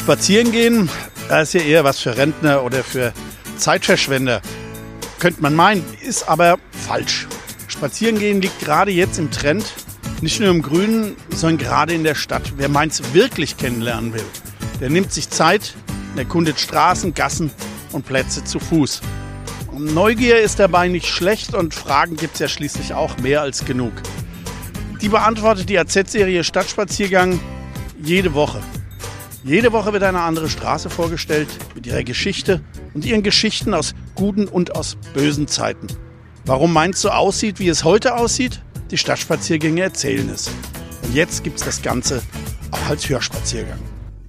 Spazieren gehen, das ist ja eher was für Rentner oder für Zeitverschwender. Könnte man meinen, ist aber falsch. Spazieren gehen liegt gerade jetzt im Trend, nicht nur im Grünen, sondern gerade in der Stadt. Wer Mainz wirklich kennenlernen will, der nimmt sich Zeit und erkundet Straßen, Gassen und Plätze zu Fuß. Und Neugier ist dabei nicht schlecht und Fragen gibt es ja schließlich auch mehr als genug. Die beantwortet die AZ-Serie Stadtspaziergang jede Woche. Jede Woche wird eine andere Straße vorgestellt mit ihrer Geschichte und ihren Geschichten aus guten und aus bösen Zeiten. Warum Mainz so aussieht, wie es heute aussieht? Die Stadtspaziergänge erzählen es. Und jetzt gibt es das Ganze auch als Hörspaziergang.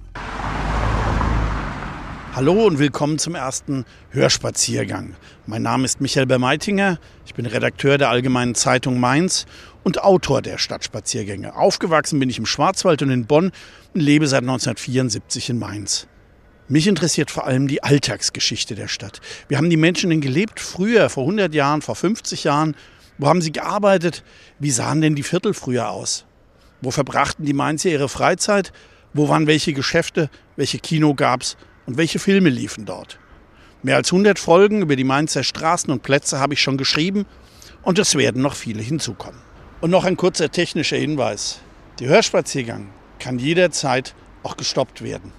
Hallo und willkommen zum ersten Hörspaziergang. Mein Name ist Michael Bermeitinger, ich bin Redakteur der Allgemeinen Zeitung Mainz und Autor der Stadtspaziergänge. Aufgewachsen bin ich im Schwarzwald und in Bonn und lebe seit 1974 in Mainz. Mich interessiert vor allem die Alltagsgeschichte der Stadt. Wie haben die Menschen denn gelebt früher, vor 100 Jahren, vor 50 Jahren? Wo haben sie gearbeitet? Wie sahen denn die Viertel früher aus? Wo verbrachten die Mainzer ihre Freizeit? Wo waren welche Geschäfte? Welche Kino gab's? Und welche Filme liefen dort? Mehr als 100 Folgen über die Mainzer Straßen und Plätze habe ich schon geschrieben und es werden noch viele hinzukommen. Und noch ein kurzer technischer Hinweis. Der Hörspaziergang kann jederzeit auch gestoppt werden.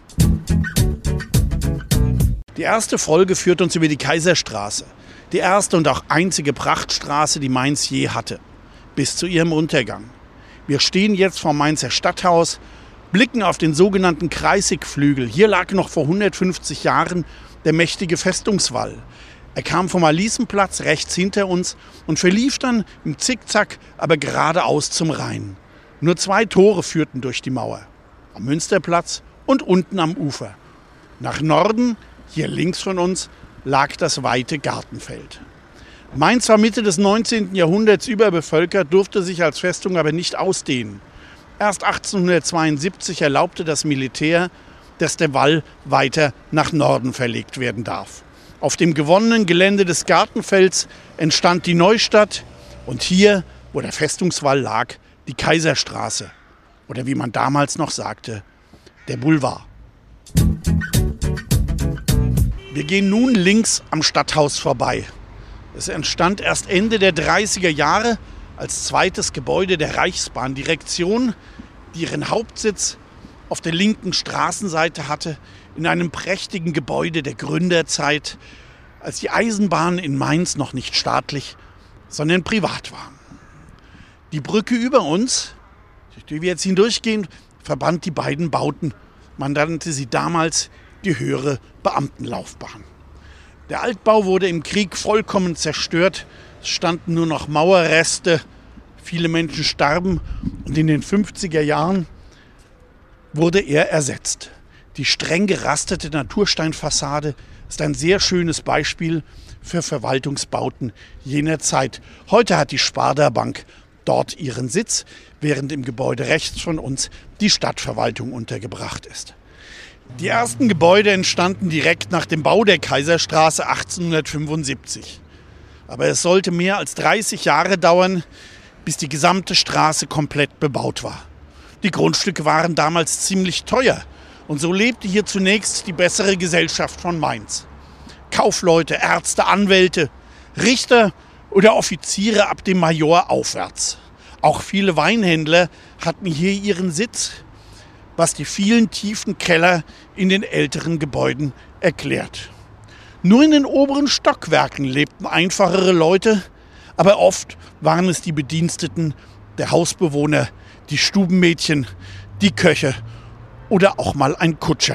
Die erste Folge führt uns über die Kaiserstraße. Die erste und auch einzige Prachtstraße, die Mainz je hatte. Bis zu ihrem Untergang. Wir stehen jetzt vor Mainzer Stadthaus, blicken auf den sogenannten Kreißigflügel. Hier lag noch vor 150 Jahren der mächtige Festungswall. Er kam vom Alisenplatz rechts hinter uns und verlief dann im Zickzack, aber geradeaus zum Rhein. Nur 2 Tore führten durch die Mauer. Am Münsterplatz und unten am Ufer. Nach Norden, hier links von uns, lag das weite Gartenfeld. Mainz war Mitte des 19. Jahrhunderts überbevölkert, durfte sich als Festung aber nicht ausdehnen. Erst 1872 erlaubte das Militär, dass der Wall weiter nach Norden verlegt werden darf. Auf dem gewonnenen Gelände des Gartenfelds entstand die Neustadt und hier, wo der Festungswall lag, die Kaiserstraße oder wie man damals noch sagte, der Boulevard. Wir gehen nun links am Stadthaus vorbei. Es entstand erst Ende der 30er Jahre als zweites Gebäude der Reichsbahndirektion, die ihren Hauptsitz auf der linken Straßenseite hatte, in einem prächtigen Gebäude der Gründerzeit, als die Eisenbahnen in Mainz noch nicht staatlich, sondern privat waren. Die Brücke über uns, durch die wir jetzt hindurchgehen, verband die beiden Bauten. Man nannte sie damals die höhere Beamtenlaufbahn. Der Altbau wurde im Krieg vollkommen zerstört. Es standen nur noch Mauerreste. Viele Menschen starben und in den 50er Jahren wurde er ersetzt. Die streng gerastete Natursteinfassade ist ein sehr schönes Beispiel für Verwaltungsbauten jener Zeit. Heute hat die Sparda Bank dort ihren Sitz, während im Gebäude rechts von uns die Stadtverwaltung untergebracht ist. Die ersten Gebäude entstanden direkt nach dem Bau der Kaiserstraße 1875. Aber es sollte mehr als 30 Jahre dauern, bis die gesamte Straße komplett bebaut war. Die Grundstücke waren damals ziemlich teuer und so lebte hier zunächst die bessere Gesellschaft von Mainz. Kaufleute, Ärzte, Anwälte, Richter oder Offiziere ab dem Major aufwärts. Auch viele Weinhändler hatten hier ihren Sitz, was die vielen tiefen Keller in den älteren Gebäuden erklärt. Nur in den oberen Stockwerken lebten einfachere Leute, aber oft waren es die Bediensteten, der Hausbewohner, die Stubenmädchen, die Köche oder auch mal ein Kutscher.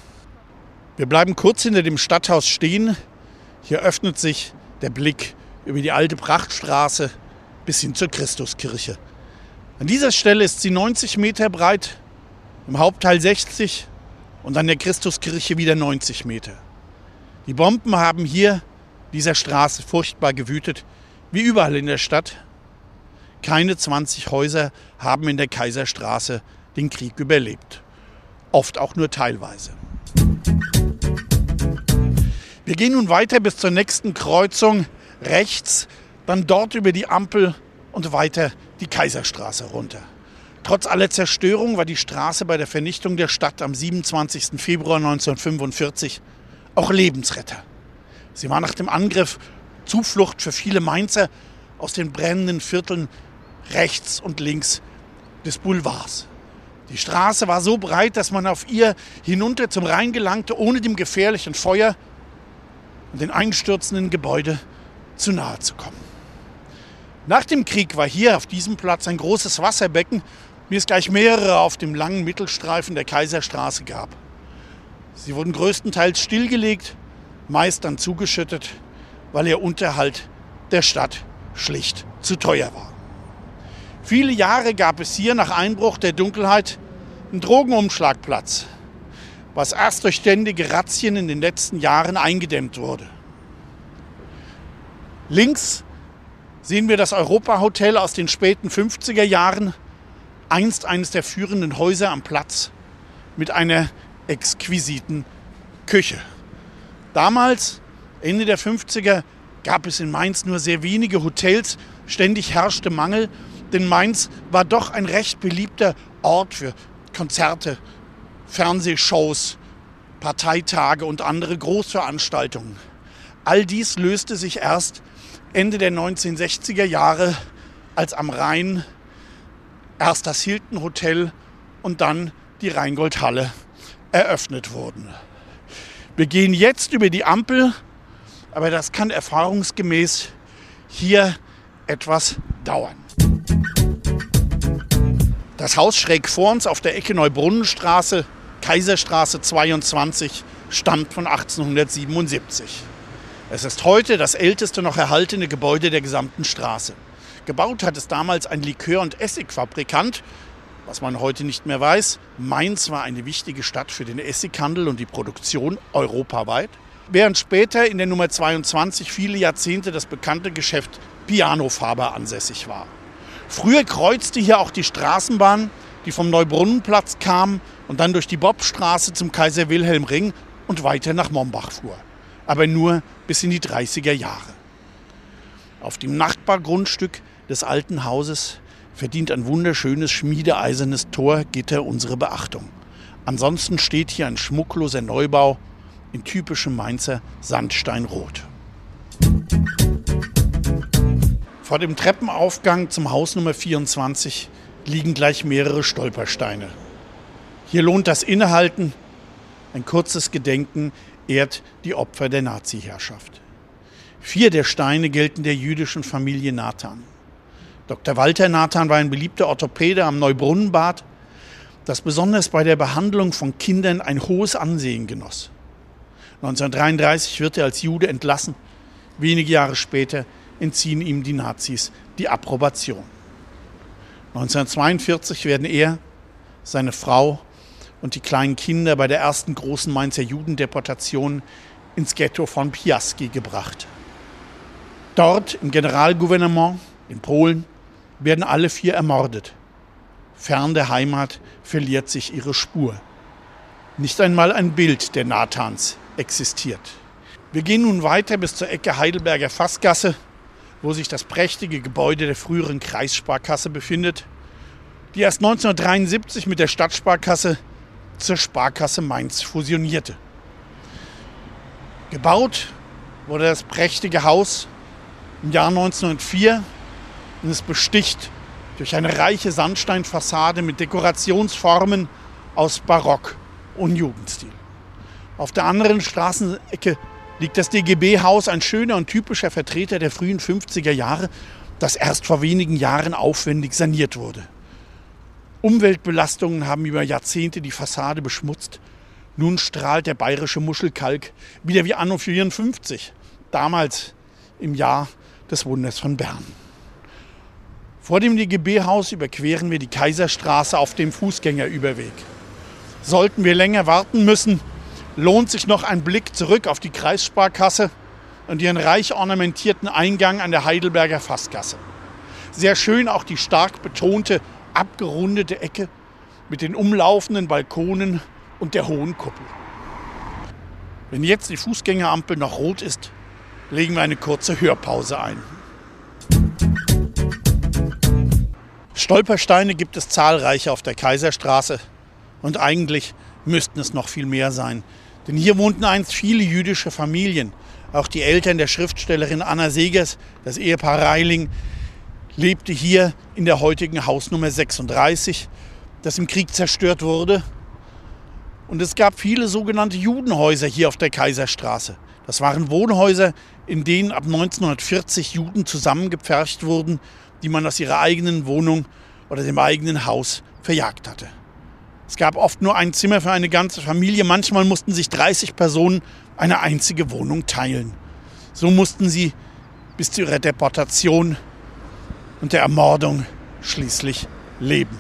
Wir bleiben kurz hinter dem Stadthaus stehen. Hier öffnet sich der Blick über die alte Prachtstraße bis hin zur Christuskirche. An dieser Stelle ist sie 90 Meter breit, im Hauptteil 60 und an der Christuskirche wieder 90 Meter. Die Bomben haben hier dieser Straße furchtbar gewütet, wie überall in der Stadt. Keine 20 Häuser haben in der Kaiserstraße den Krieg überlebt. Oft auch nur teilweise. Wir gehen nun weiter bis zur nächsten Kreuzung rechts, dann dort über die Ampel und weiter die Kaiserstraße runter. Trotz aller Zerstörung war die Straße bei der Vernichtung der Stadt am 27. Februar 1945 auch Lebensretter. Sie war nach dem Angriff Zuflucht für viele Mainzer aus den brennenden Vierteln rechts und links des Boulevards. Die Straße war so breit, dass man auf ihr hinunter zum Rhein gelangte, ohne dem gefährlichen Feuer und den einstürzenden Gebäude zu nahe zu kommen. Nach dem Krieg war hier auf diesem Platz ein großes Wasserbecken, wie es gleich mehrere auf dem langen Mittelstreifen der Kaiserstraße gab. Sie wurden größtenteils stillgelegt, meist dann zugeschüttet, weil ihr Unterhalt der Stadt schlicht zu teuer war. Viele Jahre gab es hier nach Einbruch der Dunkelheit einen Drogenumschlagplatz, was erst durch ständige Razzien in den letzten Jahren eingedämmt wurde. Links sehen wir das Europa-Hotel aus den späten 50er Jahren, einst eines der führenden Häuser am Platz mit einer exquisiten Küche. Damals, Ende der 50er, gab es in Mainz nur sehr wenige Hotels, ständig herrschte Mangel, denn Mainz war doch ein recht beliebter Ort für Konzerte, Fernsehshows, Parteitage und andere Großveranstaltungen. All dies löste sich erst Ende der 1960er Jahre, als am Rhein erst das Hilton Hotel und dann die Rheingoldhalle eröffnet wurden. Wir gehen jetzt über die Ampel, aber das kann erfahrungsgemäß hier etwas dauern. Das Haus schräg vor uns auf der Ecke Neubrunnenstraße, Kaiserstraße 22, stammt von 1877. Es ist heute das älteste noch erhaltene Gebäude der gesamten Straße. Gebaut hat es damals ein Likör- und Essigfabrikant, was man heute nicht mehr weiß. Mainz war eine wichtige Stadt für den Essighandel und die Produktion europaweit, während später in der Nummer 22 viele Jahrzehnte das bekannte Geschäft Piano Faber ansässig war. Früher kreuzte hier auch die Straßenbahn, die vom Neubrunnenplatz kam und dann durch die Bobstraße zum Kaiser-Wilhelm-Ring und weiter nach Mombach fuhr. Aber nur bis in die 30er Jahre. Auf dem Nachbargrundstück des alten Hauses verdient ein wunderschönes schmiedeeisernes Torgitter unsere Beachtung. Ansonsten steht hier ein schmuckloser Neubau in typischem Mainzer Sandsteinrot. Vor dem Treppenaufgang zum Haus Nummer 24 liegen gleich mehrere Stolpersteine. Hier lohnt das Innehalten. Ein kurzes Gedenken ehrt die Opfer der Nazi-Herrschaft. 4 der Steine gelten der jüdischen Familie Nathan. Dr. Walter Nathan war ein beliebter Orthopäde am Neubrunnenbad, das besonders bei der Behandlung von Kindern ein hohes Ansehen genoss. 1933 wird er als Jude entlassen. Wenige Jahre später entziehen ihm die Nazis die Approbation. 1942 werden er, seine Frau und die kleinen Kinder bei der ersten großen Mainzer Judendeportation ins Ghetto von Piaski gebracht. Dort im Generalgouvernement in Polen werden alle 4 ermordet. Fern der Heimat verliert sich ihre Spur. Nicht einmal ein Bild der Nathans existiert. Wir gehen nun weiter bis zur Ecke Heidelberger Fassgasse, wo sich das prächtige Gebäude der früheren Kreissparkasse befindet, die erst 1973 mit der Stadtsparkasse zur Sparkasse Mainz fusionierte. Gebaut wurde das prächtige Haus im Jahr 1904 und es besticht durch eine reiche Sandsteinfassade mit Dekorationsformen aus Barock und Jugendstil. Auf der anderen Straßenecke liegt das DGB-Haus, ein schöner und typischer Vertreter der frühen 50er Jahre, das erst vor wenigen Jahren aufwendig saniert wurde. Umweltbelastungen haben über Jahrzehnte die Fassade beschmutzt. Nun strahlt der bayerische Muschelkalk wieder wie anno 54, damals im Jahr des Wunders von Bern. Vor dem DGB-Haus überqueren wir die Kaiserstraße auf dem Fußgängerüberweg. Sollten wir länger warten müssen, lohnt sich noch ein Blick zurück auf die Kreissparkasse und ihren reich ornamentierten Eingang an der Heidelberger Fassgasse. Sehr schön auch die stark betonte, abgerundete Ecke mit den umlaufenden Balkonen und der hohen Kuppel. Wenn jetzt die Fußgängerampel noch rot ist, legen wir eine kurze Hörpause ein. Stolpersteine gibt es zahlreiche auf der Kaiserstraße und eigentlich müssten es noch viel mehr sein. Denn hier wohnten einst viele jüdische Familien. Auch die Eltern der Schriftstellerin Anna Segers, das Ehepaar Reiling, lebte hier in der heutigen Hausnummer 36, das im Krieg zerstört wurde. Und es gab viele sogenannte Judenhäuser hier auf der Kaiserstraße. Das waren Wohnhäuser, in denen ab 1940 Juden zusammengepfercht wurden, die man aus ihrer eigenen Wohnung oder dem eigenen Haus verjagt hatte. Es gab oft nur ein Zimmer für eine ganze Familie. Manchmal mussten sich 30 Personen eine einzige Wohnung teilen. So mussten sie bis zu ihrer Deportation und der Ermordung schließlich leben.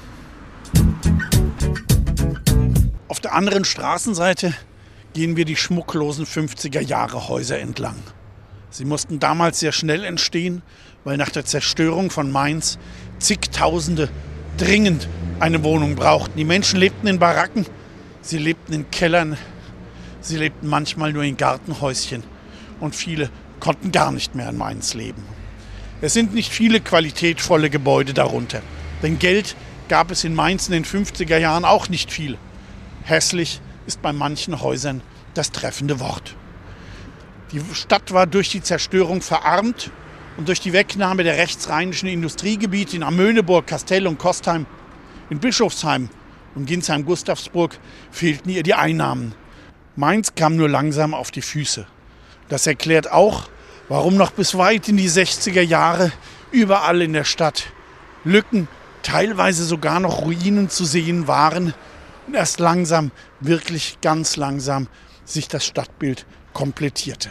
Auf der anderen Straßenseite gehen wir die schmucklosen 50er-Jahre-Häuser entlang. Sie mussten damals sehr schnell entstehen, weil nach der Zerstörung von Mainz zigtausende dringend eine Wohnung brauchten. Die Menschen lebten in Baracken, sie lebten in Kellern, sie lebten manchmal nur in Gartenhäuschen und viele konnten gar nicht mehr in Mainz leben. Es sind nicht viele qualitätvolle Gebäude darunter, denn Geld gab es in Mainz in den 50er Jahren auch nicht viel. Hässlich ist bei manchen Häusern das treffende Wort. Die Stadt war durch die Zerstörung verarmt und durch die Wegnahme der rechtsrheinischen Industriegebiete in Amöneburg, Kastell und Kostheim, in Bischofsheim und Ginsheim-Gustavsburg fehlten ihr die Einnahmen. Mainz kam nur langsam auf die Füße. Das erklärt auch, warum noch bis weit in die 60er Jahre überall in der Stadt Lücken, teilweise sogar noch Ruinen zu sehen waren und erst langsam, wirklich ganz langsam, sich das Stadtbild komplettierte.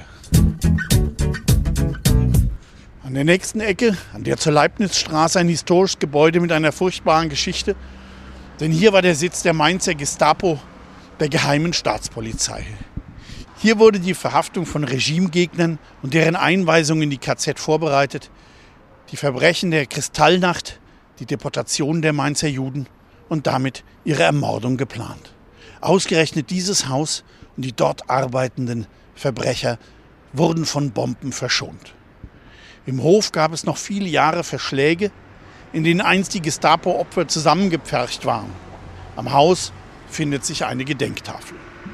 An der nächsten Ecke, an der zur Leibnizstraße, ein historisches Gebäude mit einer furchtbaren Geschichte. Denn hier war der Sitz der Mainzer Gestapo, der geheimen Staatspolizei. Hier wurde die Verhaftung von Regimegegnern und deren Einweisung in die KZ vorbereitet, die Verbrechen der Kristallnacht, die Deportation der Mainzer Juden und damit ihre Ermordung geplant. Ausgerechnet dieses Haus und die dort arbeitenden Verbrecher wurden von Bomben verschont. Im Hof gab es noch viele Jahre Verschläge, in denen einst die Gestapo-Opfer zusammengepfercht waren. Am Haus findet sich eine Gedenktafel.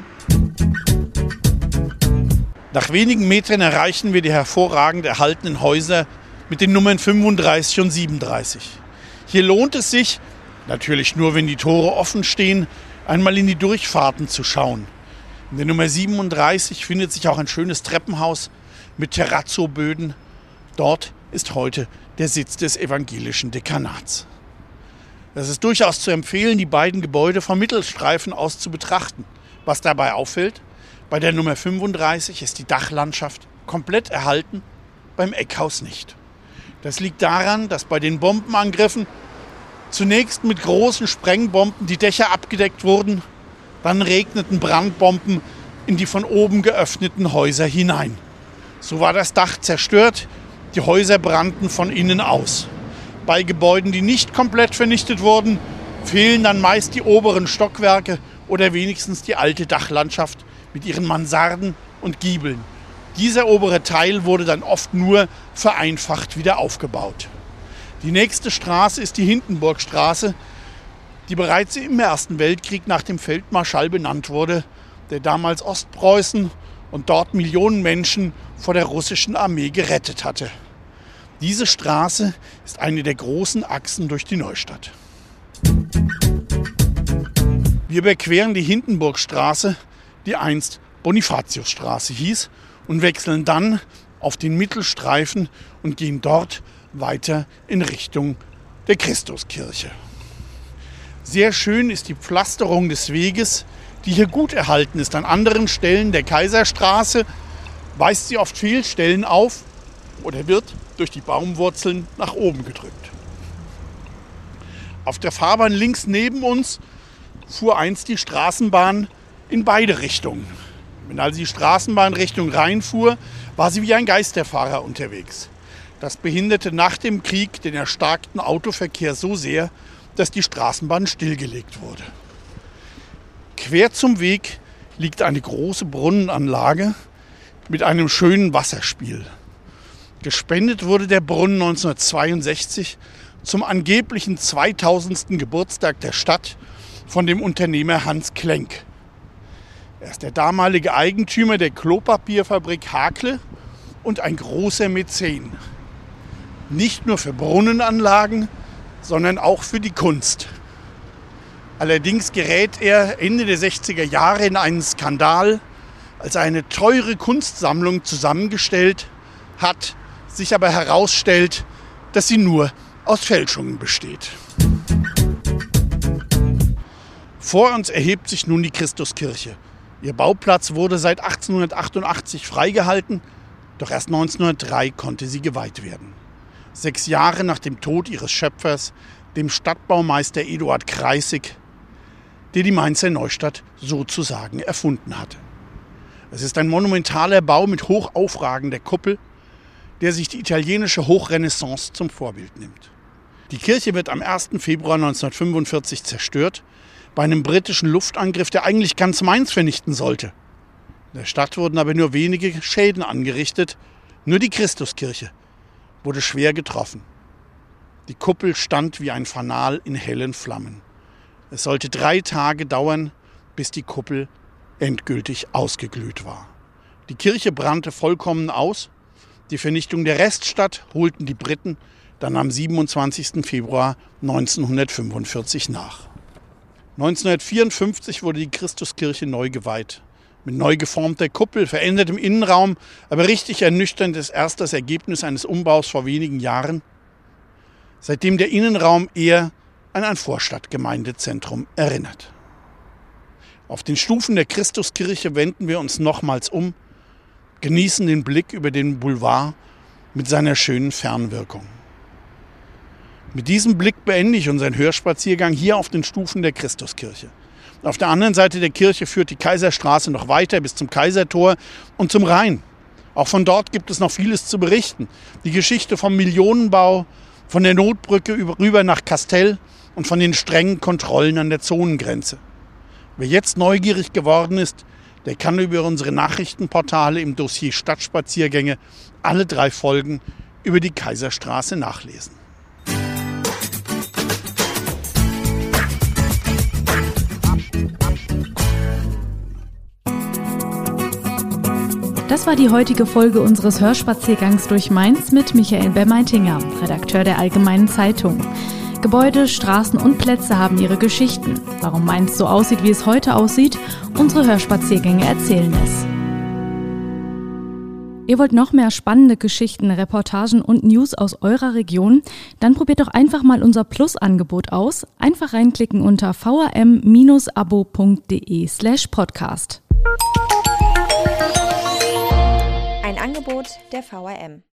Nach wenigen Metern erreichen wir die hervorragend erhaltenen Häuser mit den Nummern 35 und 37. Hier lohnt es sich, natürlich nur wenn die Tore offen stehen, einmal in die Durchfahrten zu schauen. In der Nummer 37 findet sich auch ein schönes Treppenhaus mit Terrazzo-Böden. Dort ist heute der Sitz des evangelischen Dekanats. Es ist durchaus zu empfehlen, die beiden Gebäude vom Mittelstreifen aus zu betrachten. Was dabei auffällt, bei der Nummer 35 ist die Dachlandschaft komplett erhalten, beim Eckhaus nicht. Das liegt daran, dass bei den Bombenangriffen zunächst mit großen Sprengbomben die Dächer abgedeckt wurden, dann regneten Brandbomben in die von oben geöffneten Häuser hinein. So war das Dach zerstört, die Häuser brannten von innen aus. Bei Gebäuden, die nicht komplett vernichtet wurden, fehlen dann meist die oberen Stockwerke oder wenigstens die alte Dachlandschaft mit ihren Mansarden und Giebeln. Dieser obere Teil wurde dann oft nur vereinfacht wieder aufgebaut. Die nächste Straße ist die Hindenburgstraße, die bereits im Ersten Weltkrieg nach dem Feldmarschall benannt wurde, der damals Ostpreußen und dort Millionen Menschen vor der russischen Armee gerettet hatte. Diese Straße ist eine der großen Achsen durch die Neustadt. Wir überqueren die Hindenburgstraße, die einst Bonifatiusstraße hieß, und wechseln dann auf den Mittelstreifen und gehen dort weiter in Richtung der Christuskirche. Sehr schön ist die Pflasterung des Weges, die hier gut erhalten ist. An anderen Stellen der Kaiserstraße weist sie oft Fehlstellen auf oder wird durch die Baumwurzeln nach oben gedrückt. Auf der Fahrbahn links neben uns fuhr einst die Straßenbahn in beide Richtungen. Wenn also die Straßenbahn Richtung Rhein fuhr, war sie wie ein Geisterfahrer unterwegs. Das behinderte nach dem Krieg den erstarkten Autoverkehr so sehr, dass die Straßenbahn stillgelegt wurde. Quer zum Weg liegt eine große Brunnenanlage mit einem schönen Wasserspiel. Gespendet wurde der Brunnen 1962 zum angeblichen 2000. Geburtstag der Stadt von dem Unternehmer Hans Klenk. Er ist der damalige Eigentümer der Klopapierfabrik Hakle und ein großer Mäzen. Nicht nur für Brunnenanlagen, sondern auch für die Kunst. Allerdings gerät er Ende der 60er Jahre in einen Skandal, als er eine teure Kunstsammlung zusammengestellt hat, sich aber herausstellt, dass sie nur aus Fälschungen besteht. Vor uns erhebt sich nun die Christuskirche. Ihr Bauplatz wurde seit 1888 freigehalten, doch erst 1903 konnte sie geweiht werden. 6 Jahre nach dem Tod ihres Schöpfers, dem Stadtbaumeister Eduard Kreissig, der die Mainzer Neustadt sozusagen erfunden hatte. Es ist ein monumentaler Bau mit hoch aufragender Kuppel, der sich die italienische Hochrenaissance zum Vorbild nimmt. Die Kirche wird am 1. Februar 1945 zerstört, bei einem britischen Luftangriff, der eigentlich ganz Mainz vernichten sollte. Der Stadt wurden aber nur wenige Schäden angerichtet, nur die Christuskirche wurde schwer getroffen. Die Kuppel stand wie ein Fanal in hellen Flammen. Es sollte 3 Tage dauern, bis die Kuppel endgültig ausgeglüht war. Die Kirche brannte vollkommen aus. Die Vernichtung der Reststadt holten die Briten dann am 27. Februar 1945 nach. 1954 wurde die Christuskirche neu geweiht. Mit neu geformter Kuppel, verändertem Innenraum, aber richtig ernüchternd ist erst das Ergebnis eines Umbaus vor wenigen Jahren, seitdem der Innenraum eher an ein Vorstadtgemeindezentrum erinnert. Auf den Stufen der Christuskirche wenden wir uns nochmals um, genießen den Blick über den Boulevard mit seiner schönen Fernwirkung. Mit diesem Blick beende ich unseren Hörspaziergang hier auf den Stufen der Christuskirche. Auf der anderen Seite der Kirche führt die Kaiserstraße noch weiter bis zum Kaisertor und zum Rhein. Auch von dort gibt es noch vieles zu berichten. Die Geschichte vom Millionenbau, von der Notbrücke rüber nach Kastel und von den strengen Kontrollen an der Zonengrenze. Wer jetzt neugierig geworden ist, der kann über unsere Nachrichtenportale im Dossier Stadtspaziergänge alle 3 Folgen über die Kaiserstraße nachlesen. Das war die heutige Folge unseres Hörspaziergangs durch Mainz mit Michael Bermeitinger, Redakteur der Allgemeinen Zeitung. Gebäude, Straßen und Plätze haben ihre Geschichten. Warum Mainz so aussieht, wie es heute aussieht, unsere Hörspaziergänge erzählen es. Ihr wollt noch mehr spannende Geschichten, Reportagen und News aus eurer Region? Dann probiert doch einfach mal unser Plus-Angebot aus. Einfach reinklicken unter vrm-abo.de/podcast. Ein Angebot der VRM.